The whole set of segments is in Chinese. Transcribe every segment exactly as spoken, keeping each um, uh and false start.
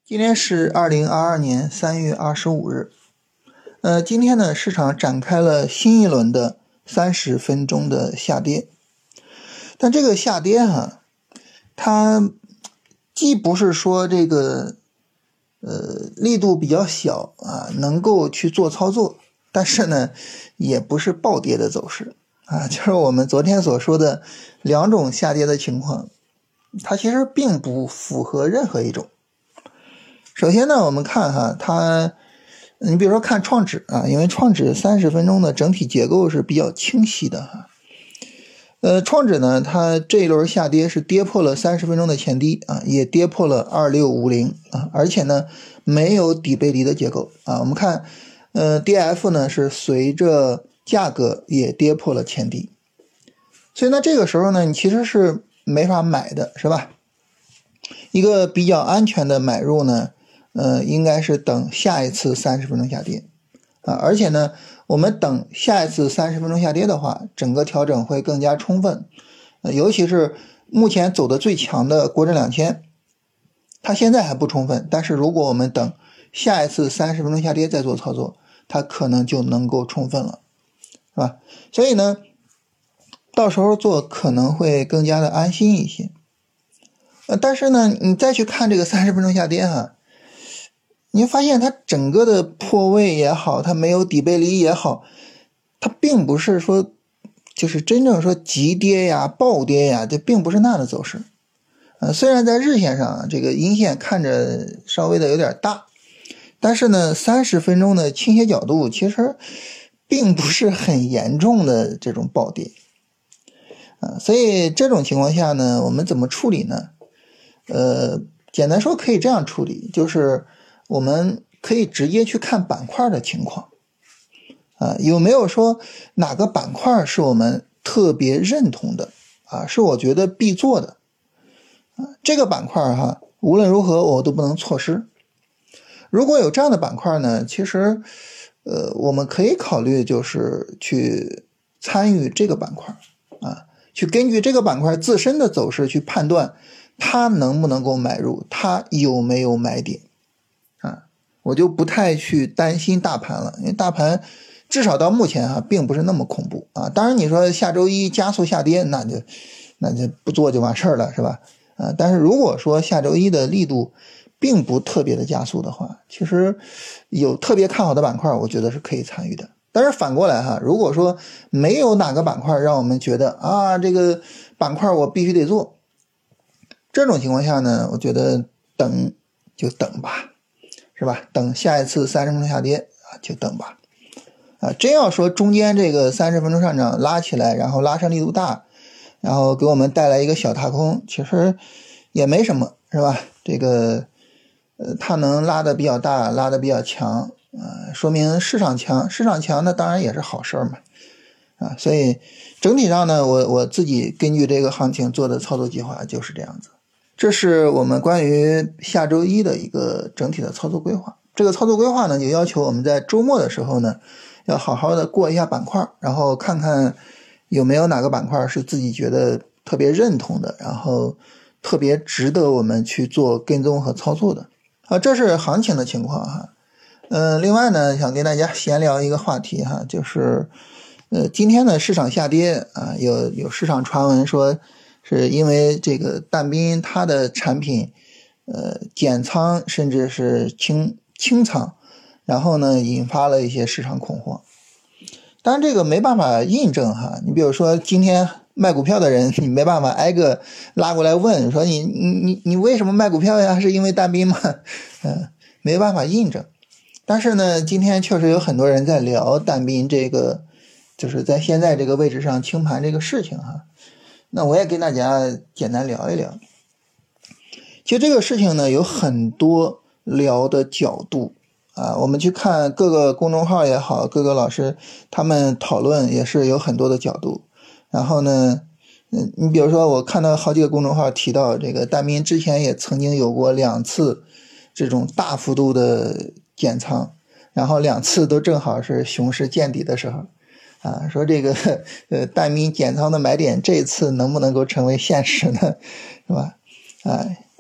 今天是二零二二年三月二十五日，呃，今天呢，市场展开了新一轮的三十分钟的下跌，但这个下跌哈，它既不是说这个呃力度比较小啊，能够去做操作，但是呢，也不是暴跌的走势啊，就是我们昨天所说的两种下跌的情况，它其实并不符合任何一种。首先呢，我们看哈，它，你比如说看创指啊，因为创指三十分钟的整体结构是比较清晰的哈。呃，创指呢，它这一轮下跌是跌破了三十分钟的前低啊，也跌破了二六五零啊，而且呢没有底背离的结构啊。我们看，呃 ，D F 呢是随着价格也跌破了前低，所以呢这个时候呢，你其实是没法买的，是吧？一个比较安全的买入呢。呃，应该是等下一次三十分钟下跌啊，而且呢，我们等下一次三十分钟下跌的话，整个调整会更加充分，呃，尤其是目前走的最强的国证两千，它现在还不充分，但是如果我们等下一次三十分钟下跌再做操作，它可能就能够充分了，是吧？所以呢，到时候做可能会更加的安心一些。呃，但是呢，你再去看这个三十分钟下跌哈。你会发现它整个的破位也好，它没有底背离也好，它并不是说就是真正说急跌呀、暴跌呀，这并不是那样的走势。呃，虽然在日线上这个阴线看着稍微的有点大，但是呢，三十分钟的倾斜角度其实并不是很严重的这种暴跌。啊、呃，所以这种情况下呢，我们怎么处理呢？呃，简单说可以这样处理，就是我们可以直接去看板块的情况啊，有没有说哪个板块是我们特别认同的啊，是我觉得必做的啊，这个板块哈，无论如何我都不能错失。如果有这样的板块呢，其实呃我们可以考虑就是去参与这个板块啊，去根据这个板块自身的走势去判断它能不能够买入，它有没有买点。我就不太去担心大盘了，因为大盘至少到目前哈、啊、并不是那么恐怖啊。当然你说下周一加速下跌，那就那就不做就完事儿了，是吧？啊，但是如果说下周一的力度并不特别的加速的话，其实有特别看好的板块，我觉得是可以参与的。但是反过来哈，如果说没有哪个板块让我们觉得啊这个板块我必须得做，这种情况下呢，我觉得等就等吧。是吧？等下一次三十分钟下跌啊，就等吧。啊，真要说中间这个三十分钟上涨拉起来，然后拉升力度大，然后给我们带来一个小踏空，其实也没什么，是吧？这个呃，它能拉得比较大，拉得比较强，啊，说明市场强，市场强那当然也是好事嘛。啊，所以整体上呢，我我自己根据这个行情做的操作计划就是这样子。这是我们关于下周一的一个整体的操作规划。这个操作规划呢，就要求我们在周末的时候呢，要好好的过一下板块，然后看看有没有哪个板块是自己觉得特别认同的，然后特别值得我们去做跟踪和操作的。啊，这是行情的情况哈。嗯，另外呢，想跟大家闲聊一个话题哈，就是呃，今天的市场下跌啊，有有市场传闻说。是因为这个但斌它的产品呃减仓甚至是清清仓，然后呢引发了一些市场恐慌。当然这个没办法印证哈，你比如说今天卖股票的人，你没办法挨个拉过来问说你你你你为什么卖股票呀？是因为但斌吗？嗯，没办法印证。但是呢，今天确实有很多人在聊但斌这个就是在现在这个位置上清盘这个事情哈。那我也跟大家简单聊一聊。其实这个事情呢，有很多聊的角度啊，我们去看各个公众号也好，各个老师他们讨论也是有很多的角度。然后呢，嗯，你比如说我看到好几个公众号提到这个但斌之前也曾经有过两次这种大幅度的减仓，然后两次都正好是熊市见底的时候。啊，说这个呃但斌减仓的买点这次能不能够成为现实呢？是吧？啊，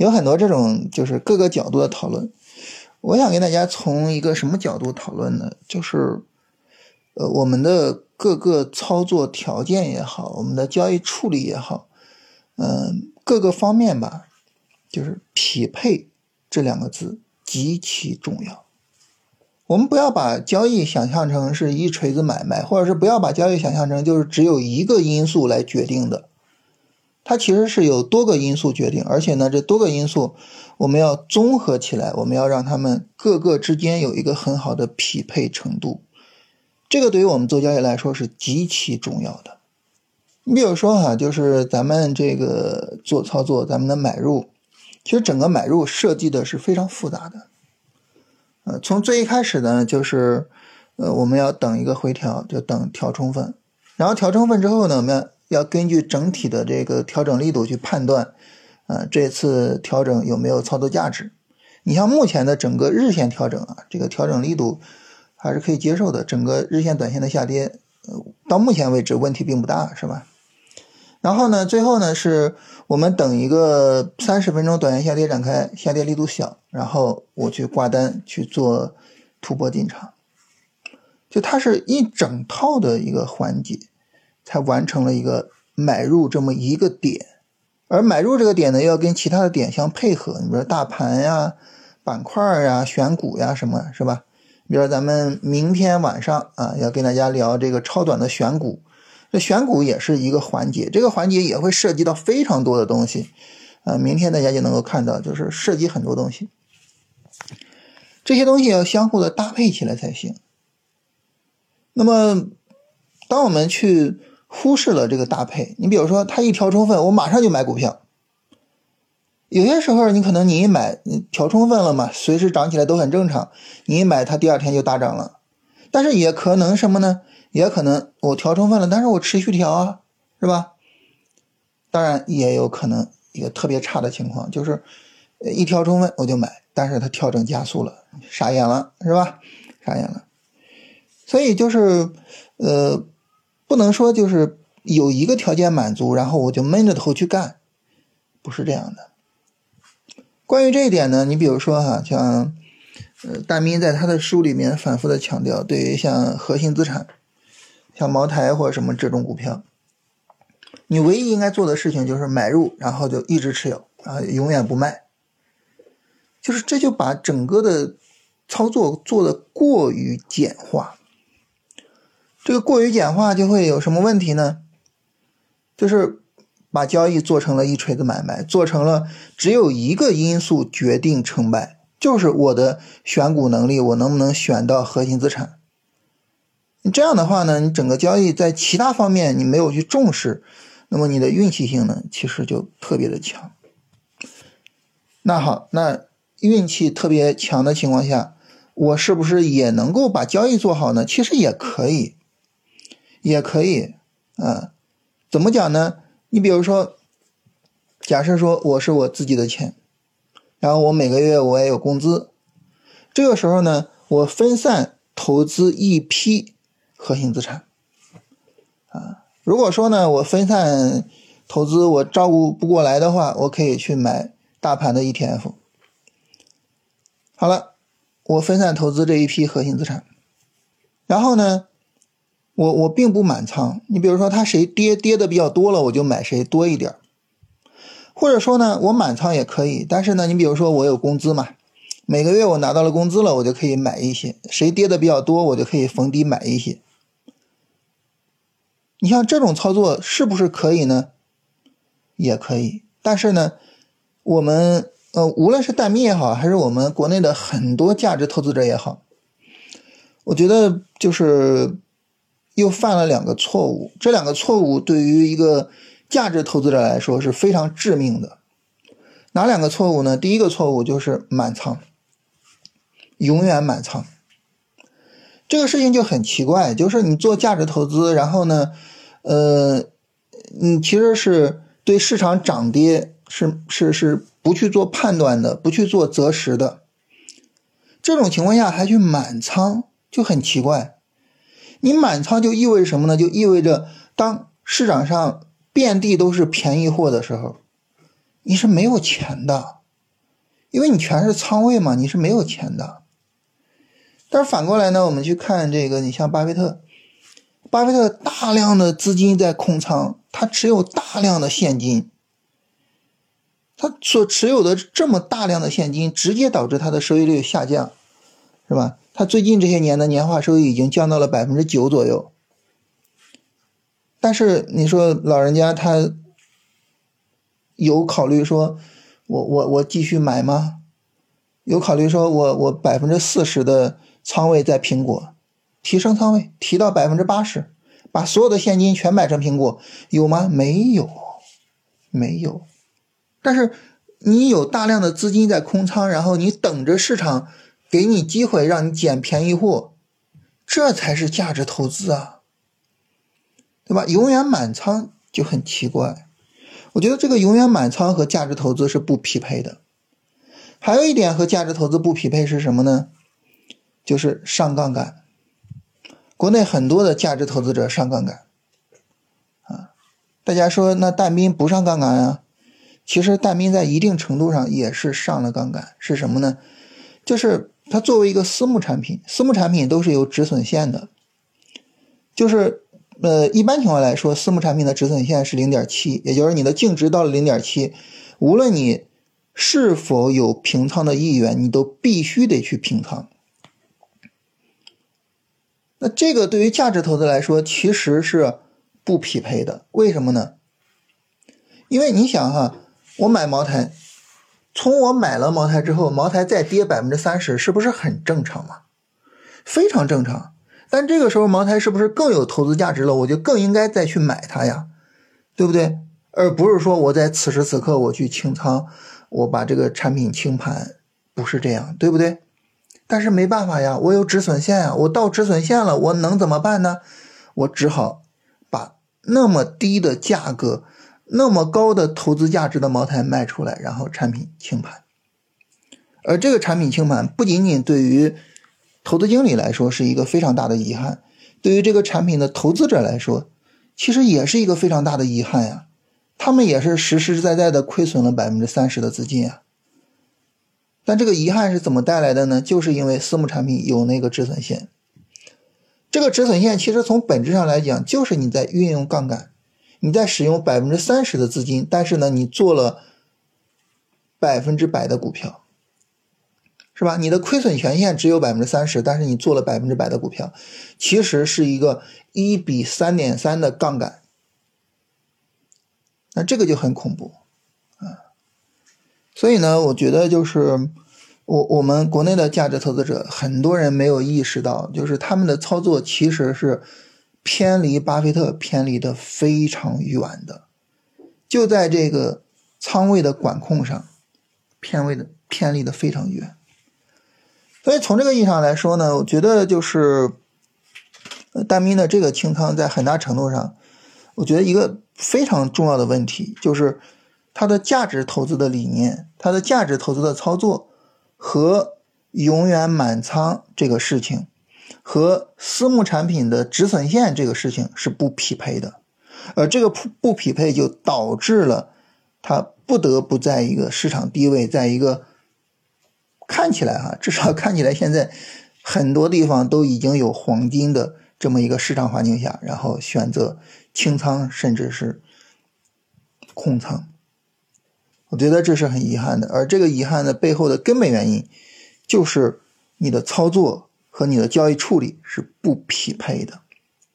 有很多这种就是各个角度的讨论。我想跟大家从一个什么角度讨论呢？就是呃，我们的各个操作条件也好，我们的交易处理也好，嗯、呃，各个方面吧，就是匹配这两个字极其重要。我们不要把交易想象成是一锤子买卖，或者是不要把交易想象成就是只有一个因素来决定的。它其实是有多个因素决定，而且呢，这多个因素我们要综合起来，我们要让它们各个之间有一个很好的匹配程度。这个对于我们做交易来说是极其重要的。你比如说哈，就是咱们这个做操作，咱们的买入，其实整个买入设计的是非常复杂的。呃，从最一开始呢，就是呃我们要等一个回调，就等调充分，然后调充分之后呢，我们要要根据整体的这个调整力度去判断，呃这次调整有没有操作价值。你像目前的整个日线调整啊，这个调整力度还是可以接受的，整个日线短线的下跌，呃到目前为止问题并不大，是吧？然后呢，最后呢是我们等一个三十分钟短线下跌展开，下跌力度小，然后我去挂单去做突破进场。就它是一整套的一个环节才完成了一个买入这么一个点，而买入这个点呢要跟其他的点相配合，你比如说大盘呀、板块呀、选股呀什么，是吧？比如说咱们明天晚上啊要跟大家聊这个超短的选股，这选股也是一个环节，这个环节也会涉及到非常多的东西，呃，明天大家就能够看到，就是涉及很多东西，这些东西要相互的搭配起来才行。那么，当我们去忽视了这个搭配，你比如说它一调充分，我马上就买股票。有些时候你可能你一买，你调充分了嘛，随时涨起来都很正常，你一买它第二天就大涨了。但是也可能什么呢？也可能我调充分了，但是我持续调啊，是吧？当然也有可能一个特别差的情况，就是一调充分我就买，但是它调整加速了，傻眼了，是吧？傻眼了。所以就是呃，不能说就是有一个条件满足，然后我就闷着头去干，不是这样的。关于这一点呢，你比如说哈，像呃大民在他的书里面反复的强调，对于像核心资产，像茅台或者什么这种股票，你唯一应该做的事情就是买入，然后就一直持有，然后永远不卖。就是这就把整个的操作做得过于简化。这个过于简化就会有什么问题呢？就是把交易做成了一锤子买卖，做成了只有一个因素决定成败，就是我的选股能力，我能不能选到核心资产。这样的话呢，你整个交易在其他方面你没有去重视，那么你的运气性呢，其实就特别的强。那好，那运气特别强的情况下，我是不是也能够把交易做好呢？其实也可以，也可以啊。怎么讲呢？你比如说，假设说我是我自己的钱，然后我每个月我也有工资，这个时候呢，我分散投资一批核心资产啊。如果说呢，我分散投资我照顾不过来的话，我可以去买大盘的 E T F。好了，我分散投资这一批核心资产，然后呢，我我并不满仓。你比如说它谁跌跌的比较多了，我就买谁多一点。或者说呢，我满仓也可以，但是呢，你比如说我有工资嘛，每个月我拿到了工资了，我就可以买一些，谁跌的比较多，我就可以逢低买一些。你像这种操作是不是可以呢？也可以，但是呢，我们呃，无论是淡密也好，还是我们国内的很多价值投资者也好，我觉得就是又犯了两个错误。这两个错误对于一个价值投资者来说是非常致命的。哪两个错误呢？第一个错误就是满仓，永远满仓。这个事情就很奇怪，就是你做价值投资，然后呢，呃，你其实是对市场涨跌是是是不去做判断的，不去做择时的。这种情况下还去满仓，就很奇怪。你满仓就意味着什么呢？就意味着当市场上遍地都是便宜货的时候，你是没有钱的。 因为你全是仓位嘛，你是没有钱的。但是反过来呢，我们去看这个，你像巴菲特，巴菲特大量的资金在空仓，他持有大量的现金，他所持有的这么大量的现金，直接导致他的收益率下降，是吧？他最近这些年的年化收益已经降到了 百分之九 左右。但是你说老人家他有考虑说我我我继续买吗？有考虑说我我 百分之四十 的仓位在苹果，提升仓位提到 百分之八十， 把所有的现金全买成苹果，有吗？没有，没有。但是你有大量的资金在空仓，然后你等着市场给你机会让你捡便宜货，这才是价值投资啊，对吧？永远满仓就很奇怪。我觉得这个永远满仓和价值投资是不匹配的。还有一点和价值投资不匹配是什么呢？就是上杠杆。国内很多的价值投资者上杠杆啊，大家说那淡斌不上杠杆啊？其实淡斌在一定程度上也是上了杠杆。是什么呢？就是它作为一个私募产品，私募产品都是有止损线的，就是呃，一般情况来说，私募产品的止损线是 零点七， 也就是你的净值到了 零点七， 无论你是否有平仓的意愿，你都必须得去平仓。那这个对于价值投资来说其实是不匹配的。为什么呢？因为你想哈，我买茅台，从我买了茅台之后，茅台再跌 百分之三十， 是不是很正常嘛？非常正常。但这个时候茅台是不是更有投资价值了，我就更应该再去买它呀，对不对？而不是说我在此时此刻我去清仓，我把这个产品清盘，不是这样，对不对？但是没办法呀，我有止损线呀，我到止损线了，我能怎么办呢？我只好把那么低的价格，那么高的投资价值的茅台卖出来，然后产品清盘。而这个产品清盘不仅仅对于投资经理来说是一个非常大的遗憾，对于这个产品的投资者来说其实也是一个非常大的遗憾呀，他们也是实实在在的亏损了 百分之三十 的资金啊。但这个遗憾是怎么带来的呢？就是因为私募产品有那个止损线。这个止损线其实从本质上来讲，就是你在运用杠杆，你在使用 百分之三十 的资金，但是呢你做了百分之百的股票，是吧？你的亏损权限只有 百分之三十， 但是你做了百分之百的股票，其实是一个一比 三点三 的杠杆。那这个就很恐怖啊。所以呢，我觉得就是我我们国内的价值投资者很多人没有意识到，就是他们的操作其实是偏离巴菲特偏离的非常远的，就在这个仓位的管控上偏位的偏离的非常远。所以从这个意义上来说呢，我觉得就是淡斌的这个清仓在很大程度上，我觉得一个非常重要的问题就是它的价值投资的理念，它的价值投资的操作和永远满仓这个事情和私募产品的止损线这个事情是不匹配的，而这个不匹配就导致了它不得不在一个市场低位，在一个看起来哈，至少看起来现在很多地方都已经有黄金的这么一个市场环境下，然后选择清仓甚至是空仓。我觉得这是很遗憾的，而这个遗憾的背后的根本原因就是你的操作和你的交易处理是不匹配的。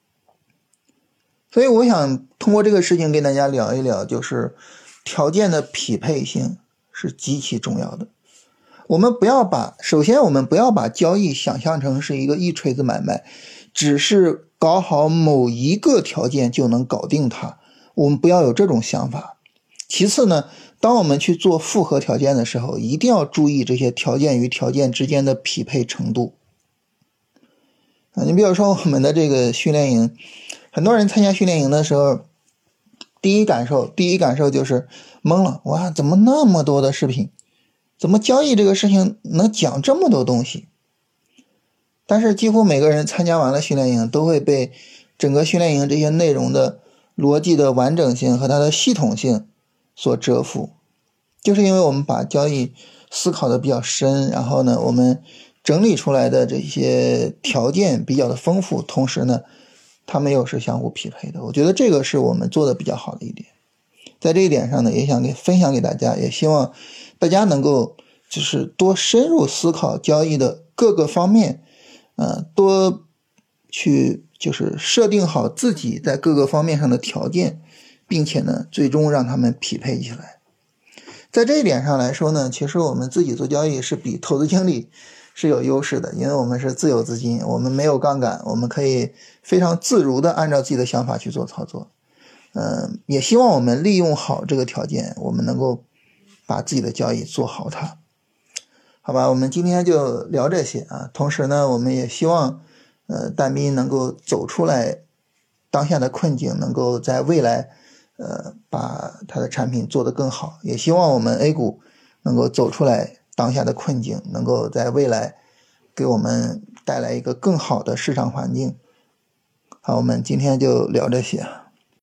所以我想通过这个事情跟大家聊一聊，就是条件的匹配性是极其重要的。我们不要把首先我们不要把交易想象成是一个一锤子买卖，只是搞好某一个条件就能搞定它，我们不要有这种想法。其次呢，当我们去做复合条件的时候，一定要注意这些条件与条件之间的匹配程度。啊，你比如说我们的这个训练营，很多人参加训练营的时候，第一感受第一感受就是懵了，哇，怎么那么多的视频？怎么交易这个事情能讲这么多东西？但是几乎每个人参加完了训练营，都会被整个训练营这些内容的逻辑的完整性和它的系统性所折服，就是因为我们把交易思考的比较深，然后呢，我们整理出来的这些条件比较的丰富，同时呢，它们又是相互匹配的。我觉得这个是我们做的比较好的一点。在这一点上呢，也想给分享给大家，也希望大家能够就是多深入思考交易的各个方面，呃，多去就是设定好自己在各个方面上的条件，并且呢，最终让他们匹配起来。在这一点上来说呢，其实我们自己做交易是比投资经理是有优势的，因为我们是自有资金，我们没有杠杆，我们可以非常自如的按照自己的想法去做操作。嗯，也希望我们利用好这个条件，我们能够把自己的交易做好它。好吧，我们今天就聊这些啊。同时呢，我们也希望呃蛋斌能够走出来当下的困境，能够在未来呃把他的产品做得更好。也希望我们 A 股能够走出来当下的困境，能够在未来给我们带来一个更好的市场环境。好，我们今天就聊这些。